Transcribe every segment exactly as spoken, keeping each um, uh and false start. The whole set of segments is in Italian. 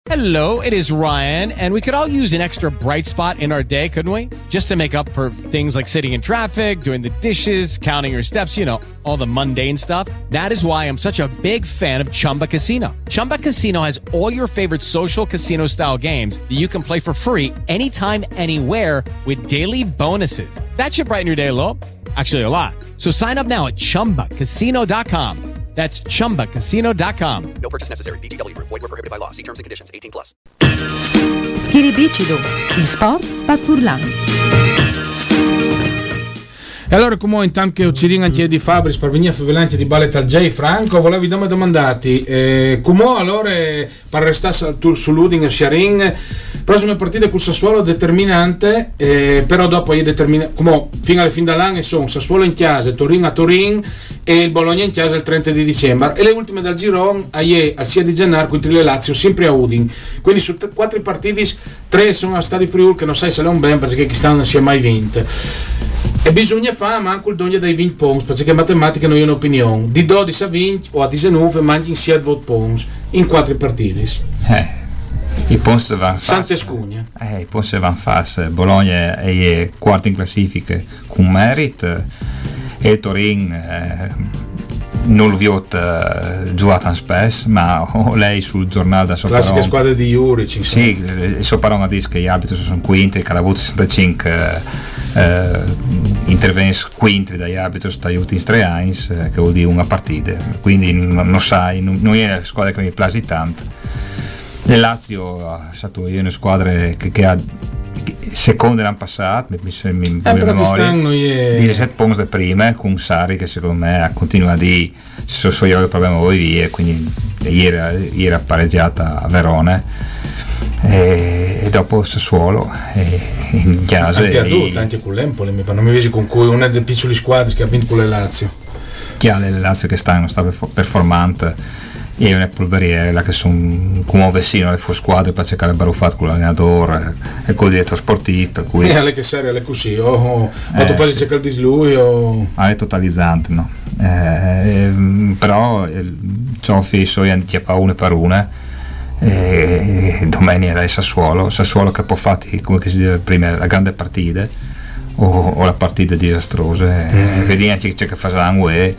Hello, it is Ryan, and we could all use an extra bright spot in our day, couldn't we? Just to make up for things like sitting in traffic, doing the dishes, counting your steps, you know, all the mundane stuff. That is why I'm such a big fan of Chumba Casino. Chumba Casino has all your favorite social casino-style games that you can play for free anytime, anywhere with daily bonuses. That should brighten your day a little. Actually, a lot. So sign up now at chumba casino dot com. That's chumba casino dot com. No purchase necessary. V G W Group. Void where prohibited by law. See terms and conditions. eighteen plus. Schiribicido, il sport per Furlan. E allora, come intanto che ci ringa anche di Fabris per venire a favelante di Ballet al J, Franco, volevi dare domandati. Eh, come allora, per restare sull'Udin e Sciarin, prossime partite col Sassuolo determinante, eh, però dopo è determinante, come fino alla fine dell'anno sono Sassuolo in chiesa, Torino a Torino e il Bologna in chiesa il trenta di dicembre, e le ultime dal Giron a Ie, al sia di Gennaro contro le Lazio, sempre a Udin. Quindi su t- quattro partiti, tre sono a Stadi Friuli, che non sai se l'è un ben perché quest'anno non si è mai vinto. E bisogna fare manco il dogno dei venti punti, perché in matematica non è un'opinione. Di dodici a venti o a diciannove mangi in sia venti punti in quattro partiti. Eh, i punti vanno Sante Scugna. Eh, i punti vanno fare. Bologna è quarto in classifica con merit e Torino eh, non lo viot eh, giocato spesso, ma oh, lei sul giornale da Soparon. Classica squadra di Juric. Sì, il Soparon ha detto che gli arbitri sono quinti, che ha avuto sessantacinque Uh, interventi quintri dagli arbitri stati in tre anni, eh, che vuol dire una partita, quindi non, non sai, non, non è una squadra che mi piace tanto. Il Lazio è stato una squadra che, che ha secondo l'anno passato mi, mi, mi eh, memoria è... diciassette punti da prima, con Sarri che secondo me continua a dire se so io il problema voi via, quindi ieri, ieri ha pareggiata a Verona. E, e dopo Sassuolo e in casa anche a e, anche con l'Empoli mi non mi vedi con cui una delle piccole squadre che ha vinto con le Lazio, chi ha le Lazio che stanno sta performante e una polveriera che sono come vecino alle sue squadre per cercare il baruffato con l'allenatore e con il diretto sportivo, per cui e alle che serie alle così o oh, eh, tu fai cercare di lui o ah, è totalizzante, no? Eh, però ciò fisso è anche uno per una. E domenica è Sassuolo Sassuolo che può fare come si dice prima la grande partita o, o la partita disastrosa mm. Vediamo c'è che fa sangue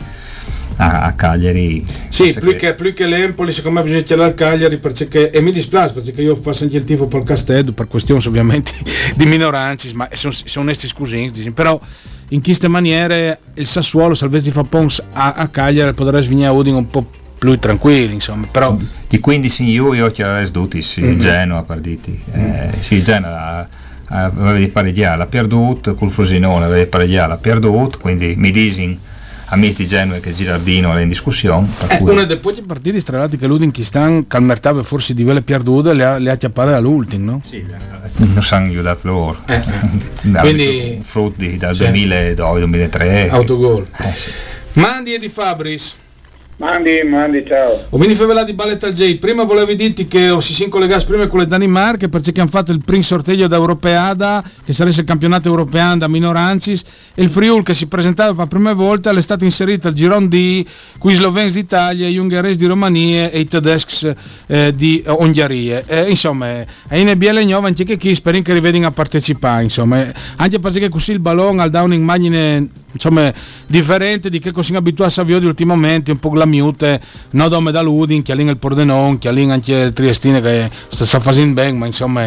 a, a Cagliari sì più che, più che l'Empoli secondo me bisogna tirare al Cagliari perché, e mi dispiace perché io faccio anche il tifo per il Castello per questioni ovviamente di minoranze ma sono, sono onesti scusi però in queste maniere il Sassuolo salvezzi fa pons a, a Cagliari potrebbe venire a Udine un po' più tranquilli insomma però di quindici in giugno che aveva sduti sì, mm-hmm. Genoa partiti eh, sì Genoa aveva di pareggiare l'ha perduto col Frosinone aveva di pareggiare l'ha perduto quindi mi disin amici di Genoa che Girardino è in discussione eh, cui... una delle poche partite stralati che l'Udin che stanno calmertava forse di vele perdute le ha, le ha chiappate all'ultimo no? Sì non sanno aiutato loro eh, eh. quindi frutti dal sì. duemiladue duemilatré autogol eh, sì. Mandi e di Fabris Mandi, mandi, ciao. Ho venuto a vedere di Ballet al J. Prima volevo dirti che si sono collegati prima con le Danimarca perché hanno fatto il primo sorteggio da Europeada, che sarebbe il campionato europeo da minoranzis, e il Friuli che si presentava per la prima volta è stato inserito al Giron D con i sloveni d'Italia, gli ungheresi di Romania e i tedeschi eh, di Ungheria. Eh, insomma, è in B L nuova anche chi spero che rivedino a partecipare, insomma, anche perché così il ballone al da un'immagine insomma differente di che così abituato a Savio ultimamente, un po' la mute, no dome da Ludin, che all'in il Pordenone, che all'in anche il Triestine che sta, sta facendo bene, ma insomma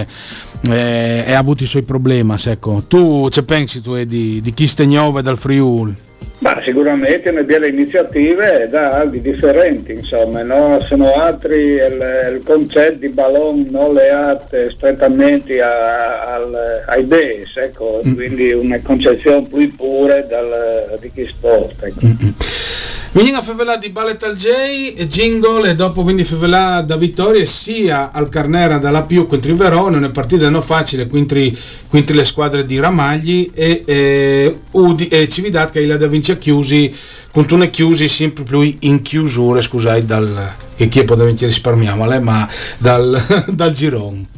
eh, ha avuto i suoi problemi. Ecco. Tu ce pensi tu eh, di, di chi stegnove dal Friuli? Ma sicuramente ne abbiamo iniziative da di differenti, insomma, no? Sono altri il, il concetto di ballon non leate strettamente a, a, ai idee, ecco, mm. quindi una concezione più pura dal, di chi sport. Ecco. Mm-hmm. Veniamo a favelà di Ballet al J e jingle e dopo quindi favelà da vittorie sia al Carnera dalla più contro il Verona, una partita non facile quintri, quintri le squadre di Ramagli e, e, Udi, e Cividat che la da vince chiusi con tune chiusi sempre più in chiusure scusate dal che chi può vincere risparmiamole ma dal, dal Giron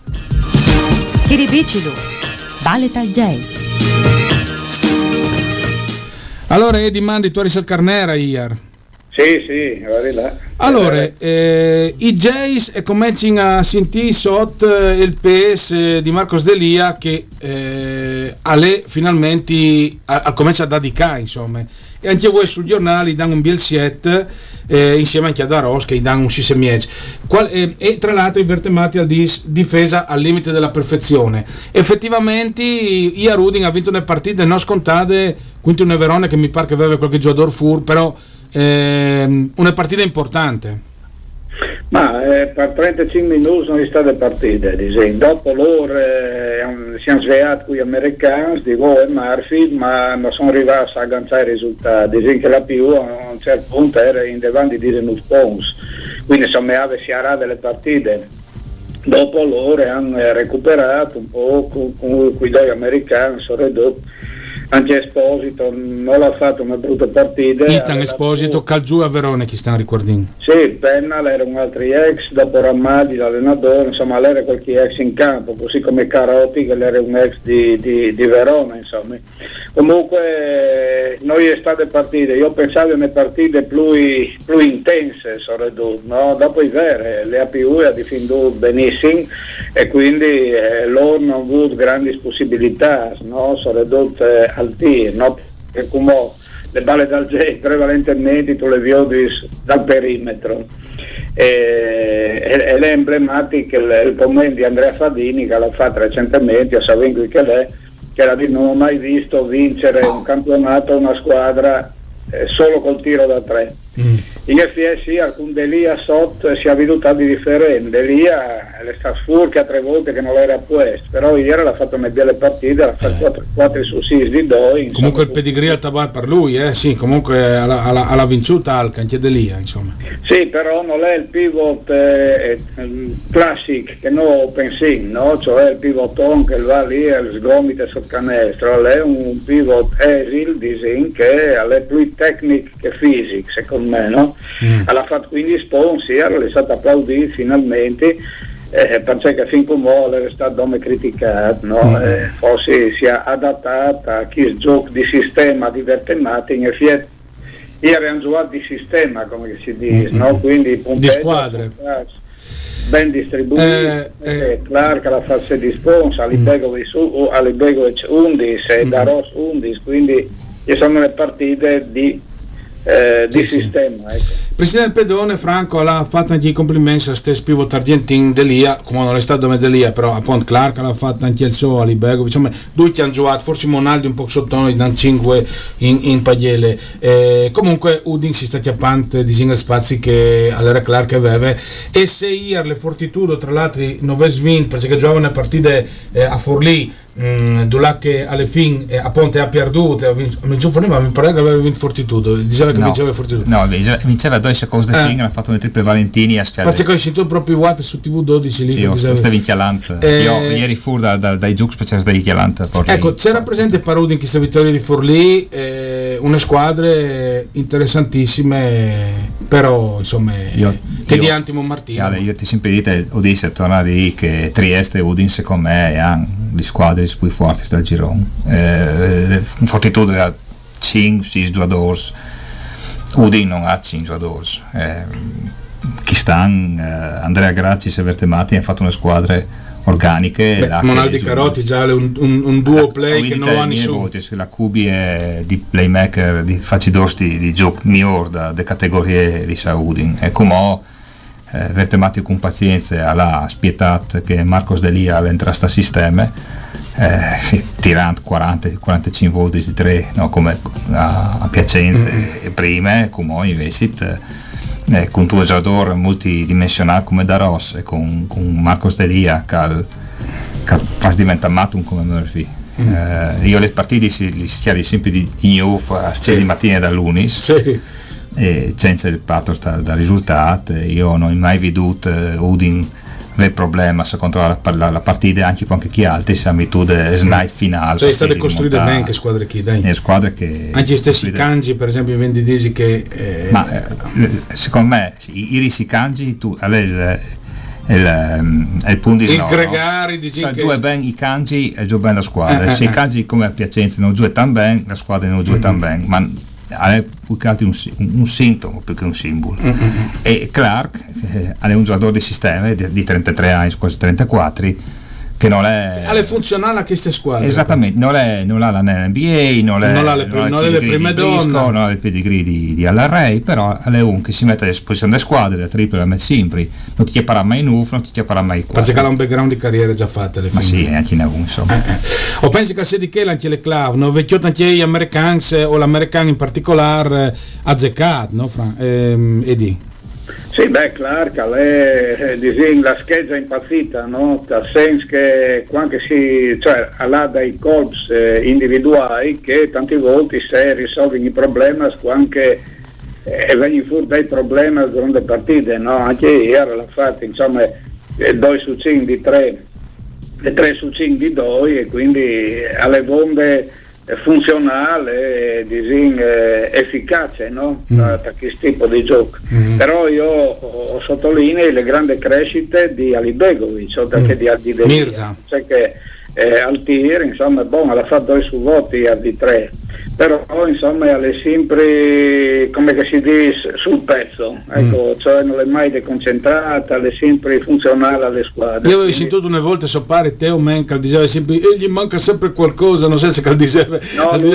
Schiribicilu Ballet al J. Allora Edi mandi tu eri al Carnera ieri Sì, sì, guardi là. Allora, eh, i Jays e cominciano a sentire sotto il peso di Marcos Delia che eh, a lei finalmente a, a comincia a dedicare, insomma. E anche voi sul giornale danno un bielsiet eh, insieme anche ad Aros che danno un sisemiec. Eh, e tra l'altro i vertemati al dis, difesa al limite della perfezione. Effettivamente Ia Rudin ha vinto una partita non scontate, quindi un Verone che mi pare che aveva qualche giocatore fur, però Eh, una partita importante. Ma eh, per trentacinque minuti sono state partite, diciamo. Dopo loro eh, si hanno svegliato con gli americani di Go e Murphy, ma non sono arrivati a agganciare i risultati. Diciamo che la P U a un certo punto era in davanti di Zenus Pons, quindi insomma aveva delle partite. Dopo loro hanno recuperato un po' con, con, con i due americani, sono ridotti. Anche Esposito non l'ha fatto una brutta partita. Itan Esposito, Calgiù a Verone, chi sta ricordando? Sì, Pennal era un altro ex, dopo Ramadi l'allenatore, insomma era qualche ex in campo, così come Carotti che era un ex di, di, di Verona, insomma. Comunque noi è state partite, io pensavo alle partite più, più intense, no? Dopo i vere, le A P U ha difenduto benissimo e quindi eh, loro non hanno avuto grandi possibilità, no? Sono ridotte al tir, no? Perché come le balle dal J prevalentemente tu le vedi dal perimetro e, e, e le emblematiche il, il commento di Andrea Fadini che l'ha fatto recentemente a Savengo che lei che era di non ho mai visto vincere un campionato una squadra eh, solo col tiro da tre. Mm. In F S I alcun Delia sotto si è veduto di differente. Delia le sta furca tre volte che non era questo, però ieri l'ha fatto una belle partite, l'ha fatto quattro su sei di due. Comunque il pedigree al tabar per lui, eh? Sì, comunque alla, alla, alla vinciuta al cantier Delia, insomma. Sì, però non è il pivot eh, classic che noi pensiamo, no? Cioè il pivotone che va lì e sgomita sul canestro, è un pivot esil, disin, che è più tecnico che fisico, secondo me, no? Mm. Ha fatto quindi sponsor, è stato applaudito finalmente eh, perché fin come vuole è stato come criticato, no? Mm. Eh, forse si è adattata a chi gioca di sistema di vertemati in effetti ieri hanno giocato di sistema come si dice, mm. no? Quindi punteggio, di squadre ben distribuito, eh, eh. Clark la fase di sponsor, Alibegovic undici e Daros undici, quindi ci sono le partite di Eh, di sì, sistema, sì. Ecco. Presidente Pedone Franco l'ha fatto anche i complimenti a stesso pivot argentino Delia, come non è stato come Delia, però appunto Clark l'ha fatto anche il suo Alibegovic, insomma due che hanno giocato, forse Monaldi un po' sottono dan cinque in, in pagliele, eh, comunque Udin si sta chiappando di single spazi che all'era Clark aveva e se ieri le Fortitudo tra l'altro non aveva vinto perché giocavano le partite eh, a Forlì Mm, Dulac che alle fin eh, a Ponte ha perduto ha vinto, ma mi pare che aveva vinto Fortitudo, diceva che no, vinceva Fortitudo no, vinceva due secondi di eh. fin, ha fatto le triple Valentini a Schialle perché ho sentito proprio Watt su T V dodici lì sì, io stavi in Chialante eh, io ieri fu da, da, dai Giux per c'era dai Chialante ecco c'era presente Parudi in questa vittoria di Forlì eh, una squadre interessantissime però insomma io, che io, di Antimo Martino io, io ti sempre dite o disse torna a dire che Trieste e Udin secondo me hanno le squadre più forti del girone eh, Fortitudo ha cinque sei giocatori Udin non ha cinque giocatori eh, chi stanno eh, Andrea Gracci e Vertemati hanno fatto una squadra organiche. Beh, Monaldi Carotti già un, un, un duo play che non ha nessuno. La Cubi è di playmaker di facidosti di gioco miglior da de categorie di Saudin e come eh, Vertemati con pazienza alla spietat che Marcos Delia all'entra sta sistema eh, sì, tirando quaranta quarantacinque voti di tre no, come a, a Piacenza mm-hmm. e prima come invece eh, con due giocatori multidimensionali come Daros e con, con Marcos Delia che, che fa diventare Matum come Murphy mm. eh, io le partite li stiamo sempre di, di Newf a sì. di mattina da Lunis sì. e senza il pathos da, da risultato io non ho mai veduto uh, Udin avere problema se controlla la, la, la partita anche con chi altri si abitude slide finale cioè state costruite bene anche squadre che dai le squadre che anche gli stessi Kanji per esempio i vendidesi che eh, ma eh, secondo me i risi Kanji tu il, il, il, il punto di il Gregari no? Se giù è ben i Kanji e giù ben la squadra eh, se eh, i Kanji come a Piacenza non giù è tan ben la squadra non giù è tan ben ma è più che altro un, un sintomo più che un simbolo. Mm-hmm. E Clark eh, è un giocatore di sistema di, di trentatré anni, quasi trentaquattro, che non è alle funzionale a queste squadre, esattamente, non, è, non ha la N B A, non, è, non ha le, non non ha le prime donne, non ha il pedigree di, di Alla Ray, però è un che si mette a disposizione delle squadre, le triple la mette sempre, non ti chiaparà mai in U F, non ti chiaparà mai qua, perché ha un background di carriere già fatte, ma sì, anche in U insomma. Eh, eh. O pensi che sia che anche le clav, no? Vecchiotto anche gli americani o l'americano in particolare azzeccato, no? Fra, ehm, Edi? Sì, beh, Clark è eh, la scheggia impazzita, no? Nel senso che quando si, cioè, ha dei colps eh, individuali che tante volte se risolvono i problemi quando eh, vengono fuori dei problemi durante le partite, no? Anche ieri l'ha fatto, insomma, due su cinque di tre, e tre su cinque di due, e quindi alle bombe funzionale, disin, eh, efficace, no? Mm. Da, da questo tipo di gioco. Mm. Però io ho, ho sottolineo le grandi crescite di Ali Begovic, oltre mm. che di Aldi De Mirza, cioè che eh, al tir, insomma, buono, ha fatto due su voti a di tre, però insomma è sempre, come che si dice, sul pezzo, ecco, mm. cioè non è mai deconcentrata, è sempre funzionale alle squadre. Io avevo sentito una volta soppare Teo Menca, diceva sempre e gli manca sempre qualcosa, non so se cal diceva no, lui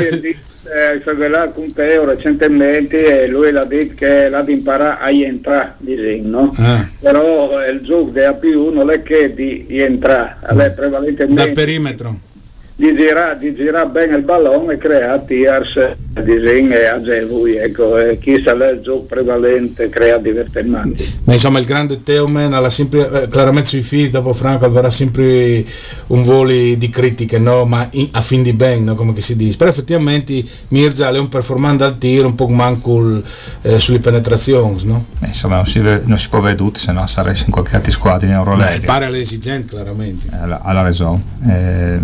ha fatto con Teo recentemente e lui l'ha detto che l'ha di imparare a entrare, no? ah. Però il gioco di A più non è che di entrare, è prevalentemente dal perimetro, di girare, di girare bene il pallone e creare tiers disegni agevoli, ecco, e chi sa il gioco prevalente crea divertimenti. Ma insomma il grande Teuman alla sempre, eh, chiaramente sui F I S dopo Franco avrà sempre un volo di critiche, no? Ma in, a fin di ben, no? Come che si dice, però effettivamente Mirza è un performante al tiro un po' manco eh, sulle penetrazioni, no? Eh, insomma non si, non si può vedere tutti, se no saresti in qualche altra squadra in Eurolega. Pare all'esigente chiaramente. Alla, alla ragione. Eh,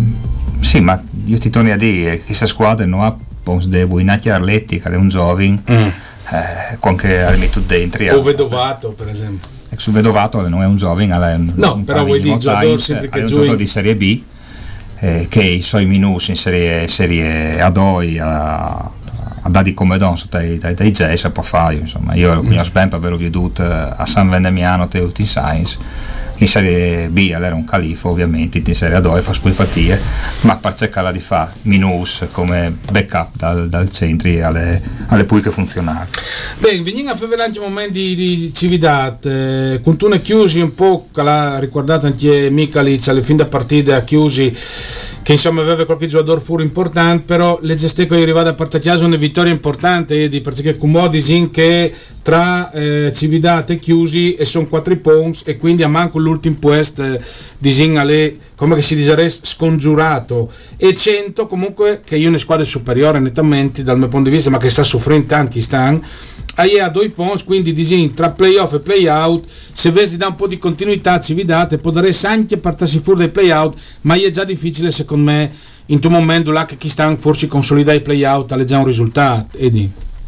sì, ma io ti torno a dire che questa squadra non ha Pons Debu in Arletti, che è un giovane, mm. eh, anche al metodo dentro. O Vedovato, per esempio. E su Vedovato non è un giovane, è un, no, un però vuoi dire giocatore sempre che è un giocatore di Serie B, eh, che i suoi minus in Serie, serie A due a, a dati come Don dai, dai, dai Jazz può fare, insomma. Io lo conosco ben per averlo veduto a San Vendemiano Teut in Science. In Serie B era un califo, ovviamente in Serie A due fa poi fatica, ma per cercare di fare minus come backup dal, dal centro alle, alle puiche funzionali. Bene, veniamo a fare anche un momento di, di cividat, eh, con tu ne chiusi un po', che l'ha ricordato anche Mikalic alle fin da partita chiusi, che insomma aveva qualche giocatore fuori importante, però le gesteco è arrivata a Partachiaso una vittoria importante, di perché Cumodisi che tra eh, Cividat e Chiusi e sono quattro punti e quindi a manco l'ultimo puesto eh, disegna le come che si dice scongiurato e cento comunque che io una squadra superiore nettamente dal mio punto di vista ma che sta soffrendo tanti stan hai a due punti quindi disegna tra playoff e playout se vedi da un po' di continuità Cividat può dare anche partarsi fuori dai playout ma è già difficile secondo me in un momento là che chi sta forse consolida i playout alle già un risultato Edi.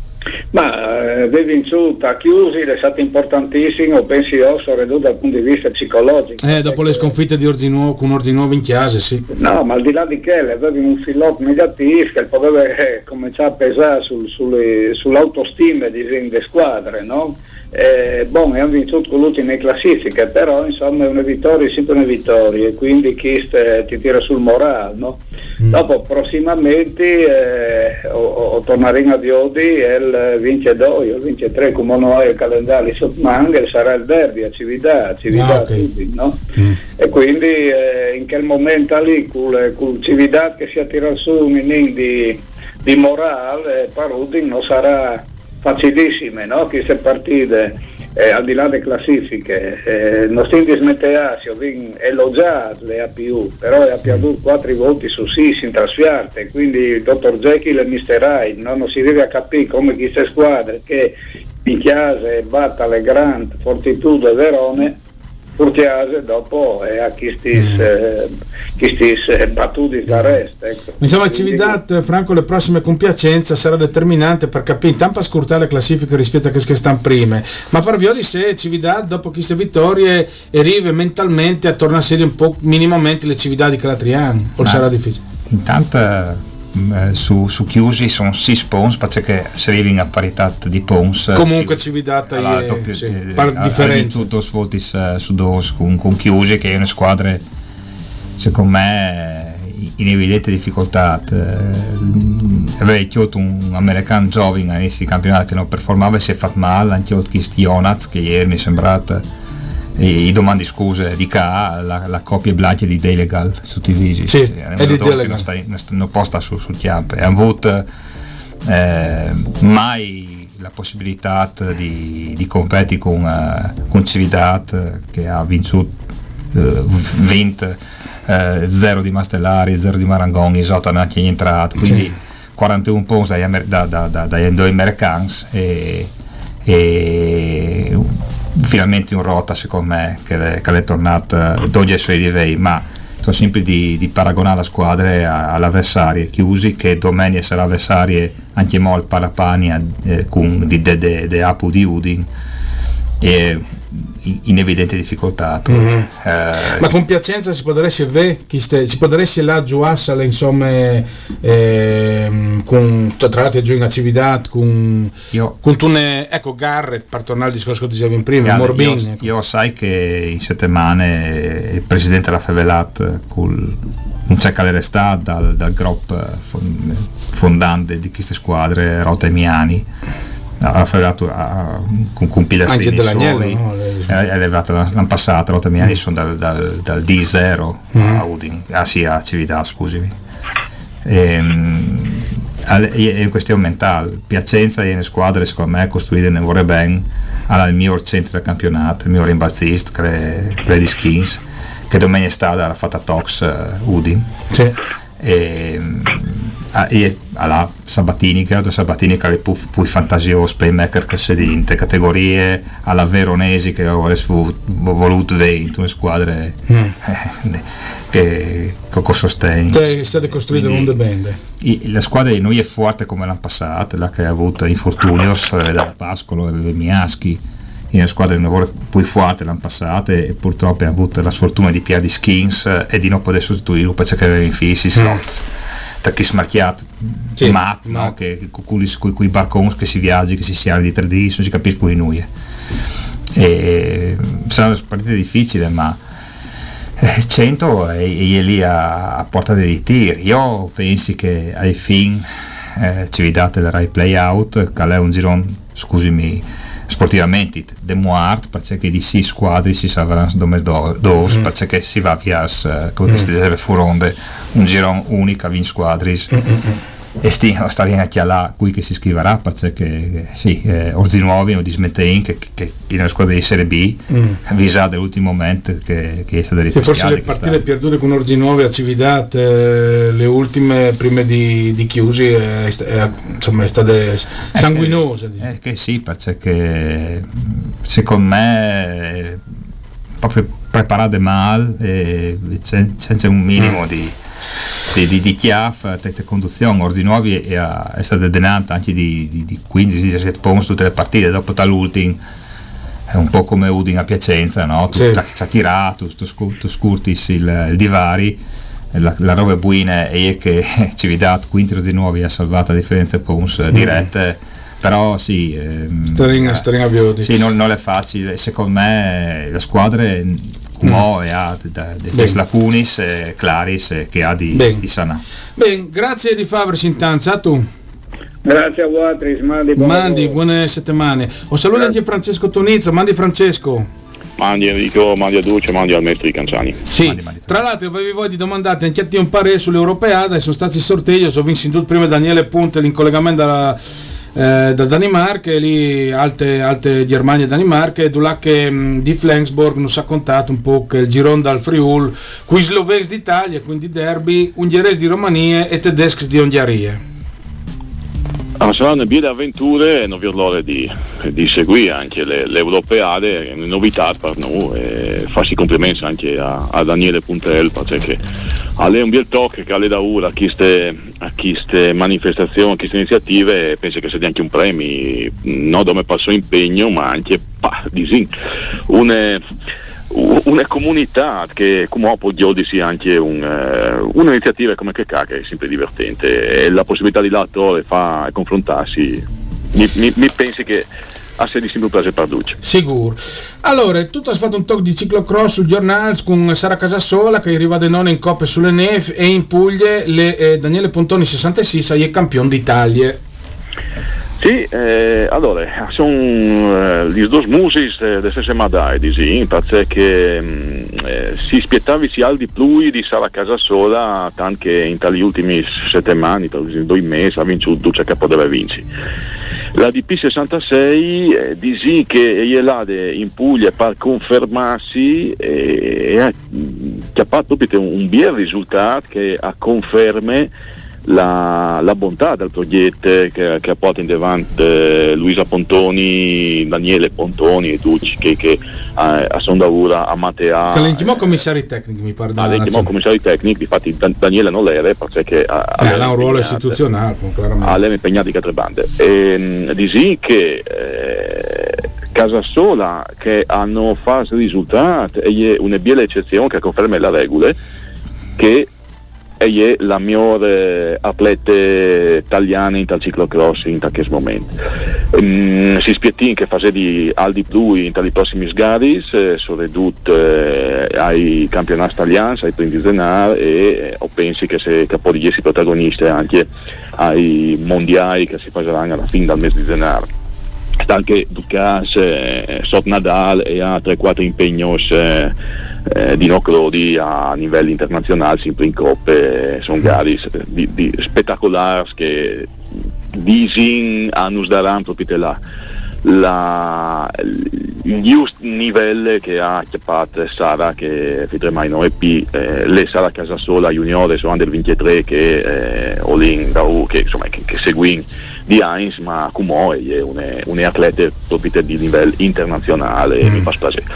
Ma eh, devi insulta chiusi è stato importantissimo penso io soprattutto dal punto di vista psicologico eh, dopo le sconfitte di Orzinuovo con Orzinuovo in chiesa sì no ma al di là di che avevi un filotto negativo che poteva eh, cominciare a pesare sul, sulle, sull'autostima di delle squadre no? Eh, bon, hanno vinto con l'ultima classifica però insomma è una vittoria è sempre una vittoria e quindi chi st- ti tira sul morale no? mm. Dopo prossimamente eh, o, o torneremo a Diodi e il vince due il vince tre come non è il calendario sottmanga sarà il derby a Cividà Cividà ah, okay. no? mm. E quindi eh, in quel momento lì con, con Cividà che si attira su un inning di, di morale Parudi non sarà facilissime, no? Queste partite eh, al di là delle classifiche eh, non si dismetterà si ho elogiato le A P U però le ha perduto quattro voti su sei in trasferte quindi il dottor Jekyll e mister Hyde no? Non si deve a capire come queste squadre che in chiesa batta le Grant, Fortitudo e Verone Furtiase dopo è a chi stis, eh, chi stis eh, battuti da resta ecco. Insomma Cividat Franco le prossime compiacenze sarà determinante per capire intanto a scurtare le classifiche rispetto a che stanno prime ma per via di sé Cividat dopo queste vittorie arriva mentalmente a tornare a serie un po' minimamente le Cividat di Calatriano o sarà difficile? Intanto su, su chiusi sono sei pons perché si arrivi a parità di pons comunque ci vi data allora, è, doppio, sì, eh, par differenza tutto svolti su dos con, con chiusi che è una squadra secondo me in evidente difficoltà. Avevo chiuso un americano giovane all'inizio di campionato che non performava e si è fatto male anche Chist Jonaz che ieri mi è sembrata e i domandi scuse di K la, la coppia Blacchi di Delegal su T V sì, sì, è di Delegal non, sta, non, sta, non posta su, sul chiampo e hanno avuto eh, mai la possibilità di, di competere con, uh, con Cividad che ha vinto uh, venti uh, zero di Mastellari, zero di Marangoni, Isotta non ha che entrato quindi sì. quarantuno punti dai, da, da, da, dai due americani e, e finalmente un rota secondo me che, che è tornata dopo i suoi livelli ma sto sempre di, di paragonare la squadra all'avversario chiusi che domenica sarà avversario anche mo al Parapania eh, con di, de, de, de Apu di Udin e in evidente difficoltà mm-hmm. eh, ma con Piacenza si potrebbe vedere si potrebbe là giù Assale insomma eh, con tra l'altro giù in Cividad con io, con tune, ecco Garrett per tornare al discorso che dicevi prima Morbin io, io sai che in settimane il presidente della Fevelat col non c'è che resta dal, dal gruppo fondante di queste squadre Rota e Miani ha fatto con compila anche dell'Agnello no? è arrivata l'anno passato Rota e Miani mm. sono dal, dal, dal D zero mm. a Udin ah sì a Cividad scusami e, è in questione mentale Piacenza è una squadra secondo me costruita ne vorrei ben ha il mio centro del campionato il mio rimbalzista che è di Skins che domenica stata l'ha fatta Tox uh, Udin sì. e e alla Sabatini che Sabatini che è più, più fantasioso playmaker che si in te categorie alla Veronesi che avresti voluto vedere in una squadra mm. eh, che con sostegno cioè state costruite un the band la squadra di noi è forte come l'anno passato la che ha avuto infortunios aveva Pascolo aveva Miaschi in una squadra di lavoro più forte l'anno passato e purtroppo ha avuto la sfortuna di Pierre di Skins e di non poter sostituirlo perché aveva in fissi slots che smarchiato sì, mat no? che con quei barconi che si viaggi che si si di tre D non si capisce più in noi e saranno partite difficili ma eh, cento è, è lì a, a portata dei tiri io penso che ai fin eh, ci vi date il right play out che è un girone scusami sportivamente de Muart perché di sei squadre si salveranno come dos mm. perché si va via come mm. si deve furonde un girone unico a venti squadre mm. e sti stare anche là qui che si scriverà perché sì eh, Orzi Nuovi o di Smettein che, che in una squadra di Serie B mm. avvisa dell'ultimo momento che, che è stata sì, forse le partite perdute con Orzi Nuovi a Cividad eh, le ultime prime di, di chiusi eh, eh, insomma è stata sanguinosa eh, eh, che sì perché secondo me è proprio preparate male e senza un minimo mm. di di, di, di chiaf, tette conduzione Orzi Nuovi è, è stata denata anche di, di, di quindici diciassette punti tutte le partite dopo dall'ultimo è un po' come Udin a Piacenza no? Tu sì. ci ha tirato tu, tu scurtis il, il divari la, la roba buona è che ci vi dato quindici Orzi Nuovi ha salvato a differenza punti mm. dirette però sì ehm, staring, staring sì non, non è facile secondo me la squadra è, Mo e ha delle lacunis e claris che ha di, di sana. Bene, grazie di Fabris intanto, a tu. Grazie a voi, mandi, mandi buone settimane. Ho saluto anche Francesco Tonizzo, mandi Francesco. Mandi Enrico, mandi a Duce, mandi al maestro di Canciani. Sì, mandi, mandi. Tra l'altro avevi voi di domandate anche a te un parere sull'Europeada e sono stati sorteggi, ho vinto in tutto prima Daniele Punte in collegamento dalla Eh, da Danimarca e lì alte, alte Germania e Danimarca e là che mh, di Flensburg non si ha contato un po' che il girone dal Friul qui Slovesi d'Italia quindi derby ungheresi di Romania e tedeschi di Ungheria. Ah, saranno belle avventure e non vi l'ora di, di seguire anche le, le Europeade, una novità per noi e farsi complimenti anche a, a Daniele Puntel perché a lei un bel tocco che ha le da ora a queste, a queste manifestazioni, a queste iniziative e penso che sia anche un premio non come passo impegno ma anche pa, di sì, un una comunità che come appoggiò di sì anche un, uh, un'iniziativa come che cacca, è sempre divertente, e la possibilità di l'attore fa confrontarsi, mi, mi, mi pensi che ha sempre prese per duce. Sicuro. Allora, tu hai fatto un talk di ciclocross sul giornale con Sara Casasola che arriva da non in Coppe sulle Neve, e in Puglia le, eh, Daniele Pontoni sessantasei è campione d'Italia. Sì, eh, allora, sono eh, gli due musis eh, delle stesse medaglie, sì, perché eh, si aspettava sia al di più di Sara Casasola, tanto che in tali ultimi settimane, in due mesi, ha vinto tutto che poteva vincere. La D P sessantasei eh, dice che è là in Puglia per confermarsi e eh, ha fatto un, un bel risultato che a conferme la, la bontà del progetto che, che ha portato in davanti eh, Luisa Pontoni, Daniele Pontoni e tutti che, che a, a Sondaura, a Matea, che l'intimo commissari tecnici mi pare, l'intimo commissari tecnici, infatti Daniele non l'era perché ha, eh, ha un ruolo istituzionale chiaramente, ha impegnato in altre bande e dici che eh, Casasola che hanno fatto risultati e è una bella eccezione che conferma la regola che è la migliore atleta italiana in tal ciclocross in questo momento. Um, si spiettin che fase di Aldi Blu in tali prossimi sgari eh, sono ridotti eh, ai campionati italiani, ai primi denaro e eh, pensi che se capo di essere protagonisti anche ai mondiali che si faranno alla fine del mese di denaro. Sta anche Ducas, eh, Sot Nadal e ha tre quattro impegni eh, eh, di nocrodi a livello internazionale, sempre in coppe, sono gare di, di spettacolari che disin a nos daranno proprio là. La, il giusto livello che ha chiappato Sara che vedremo in O E P eh, le Sara Casasola juniore sono del ventitré che eh, Olin Dau che insomma che, che seguì di Heinz ma come è un, un atleta proprio di livello internazionale mm. mi fa piacere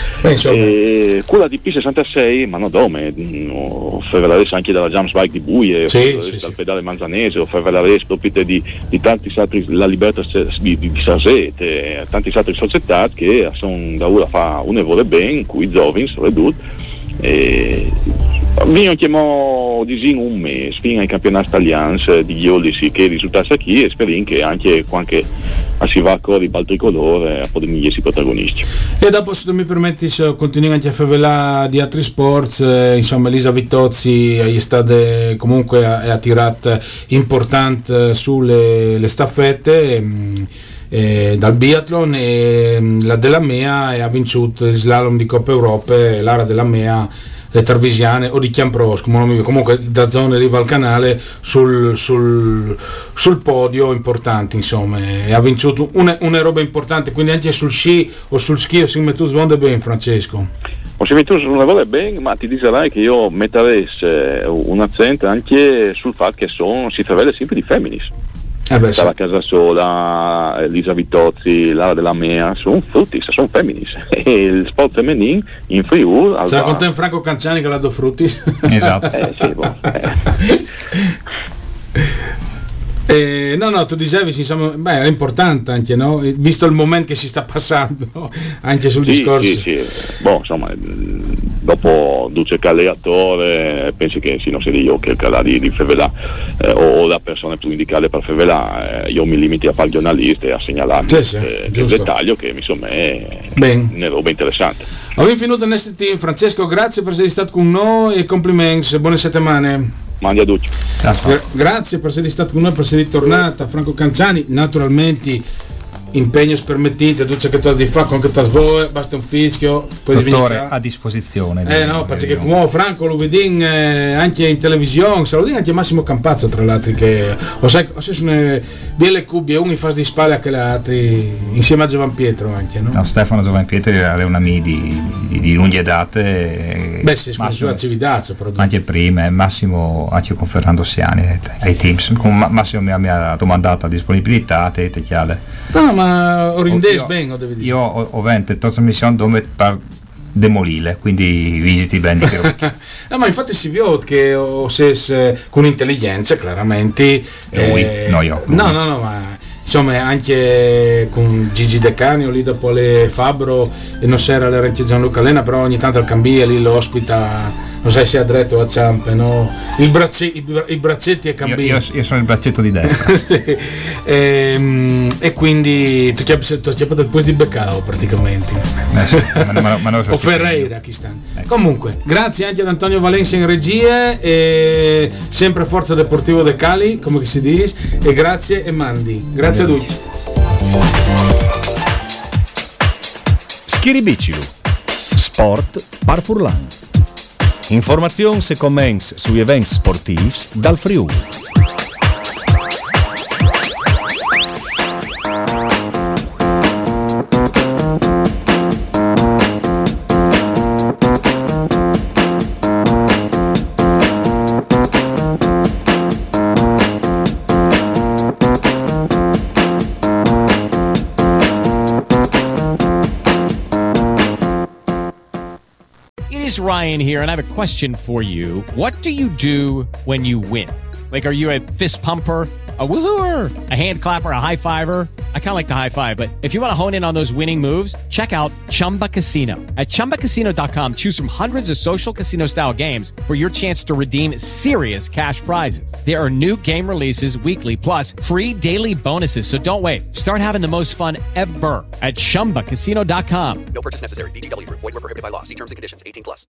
e quella di P sessantasei ma no dome no, fai vedere anche dalla Jams Bike di Buie sì, sì, dal sì. pedale Manzanese o fai vedere proprio di, di tanti altri la Libertà di, di, di Sasete tanti altri società che sono da ora fa un evole ben cui giovani sono ridotti e vi chiamo di un mese fino ai campionati italiani di Giolisi che risultasse qui e speriamo che anche quando si va ancora di bal tricolore a poter migliorare i protagonisti. E dopo se tu mi permetti continuiamo anche a favela di altri sport eh, insomma Elisa Vittozzi è stata comunque è attirata importante sulle le staffette mh, Eh, dal biathlon e mh, la della Mea e ha vinto il slalom di Coppa Europa e l'area della Mea le Tarvisiane o di Chiampros comunque da zone riva al canale sul, sul, sul podio importante insomma e ha vinto una, una roba importante quindi anche sul sci o sul ski o si mette svonde bene Francesco o si mette non vuole bene ma ti dirai che io metterei un accento anche sul fatto che sono si favela sempre di femminis. Eh beh, Sara sì. Casasola, Elisa Vittozzi, Lara della Mea sono frutti, sono femminis e il sport femminile in Friuli sarà con te Franco Canciani che l'ha dato frutti esatto eh, sì, boh, eh. Eh, no, no, tu dicevi, insomma, beh, è importante anche, no? Visto il momento che si sta passando, anche sul sì, discorso. Sì, sì, boh, insomma, dopo Duce Calleatore, penso che sì, non sia io che il calà di, di Fevelà eh, o la persona più indicata per Fevelà, eh, io mi limiti a fare giornalista e a segnalare sì, sì, eh, il dettaglio che insomma è una roba interessante. Abbiamo finito il nostro team. Francesco, grazie per essere stato con noi e complimenti, buone settimane. Mandi a tutti. Gra- grazie per essere stato con noi, per essere tornata. Franco Canciani, naturalmente impegno spermettite, tu c'è che tu hai di fare con che tu hai, basta un fischio, poi dottore a disposizione. Eh no, perché come Franco lo vedi eh, anche in televisione, se lo vedi anche Massimo Campazzo tra l'altro che o sai, o se sono belle cubbie, uno fa di spalle a quelle altri insieme a Giovan Pietro anche, no? No, Stefano Giovan Pietro era una mia di, di, di lunghe date. Beh sì, Massimo la civiltà, anche prima, Massimo anche con Fernando Siani ai, ai teams, con Massimo mi ha, mi ha domandato disponibilità, te te chiale. No, ma orindesi ben, o devi dire. Io ho, ho vente tutta la missione dove per demolire, quindi visiti ben di che. No, ma infatti si vede che o se con intelligenza, chiaramente. Lui, eh, no io. No, no, no, ma insomma anche con Gigi De Canio lì dopo le Fabbro e non c'era anche Gianluca Lena, però ogni tanto al Cambia lì lo ospita, non sai se è a dretto o a ciampe, no? Il bracci, i, i braccetti e Cambia. Io, io, io sono il braccetto di destra. Sì. e, e quindi tu hai acciappato il posto di Beccao praticamente. Eh sì, ma, ma, ma o Ferreira chi sta. Ecco. Comunque grazie anche ad Antonio Valencia in regie e sempre Forza Deportivo de Cali come si dice, e grazie e mandi grazie a tutti. Schiribicilu Sport par Furlan. Informazioni e commenti sugli eventi sportivi dal Friuli. Ryan here, and I have a question for you. What do you do when you win? Like, are you a fist pumper, a woohooer, a hand clapper, a high fiver? I kind of like the high five, but if you want to hone in on those winning moves, check out Chumba Casino. At chumba casino dot com, choose from hundreds of social casino style games for your chance to redeem serious cash prizes. There are new game releases weekly, plus free daily bonuses. So don't wait. Start having the most fun ever at chumba casino dot com. No purchase necessary. V G W Group. Void where prohibited by law. See terms and conditions. eighteen plus.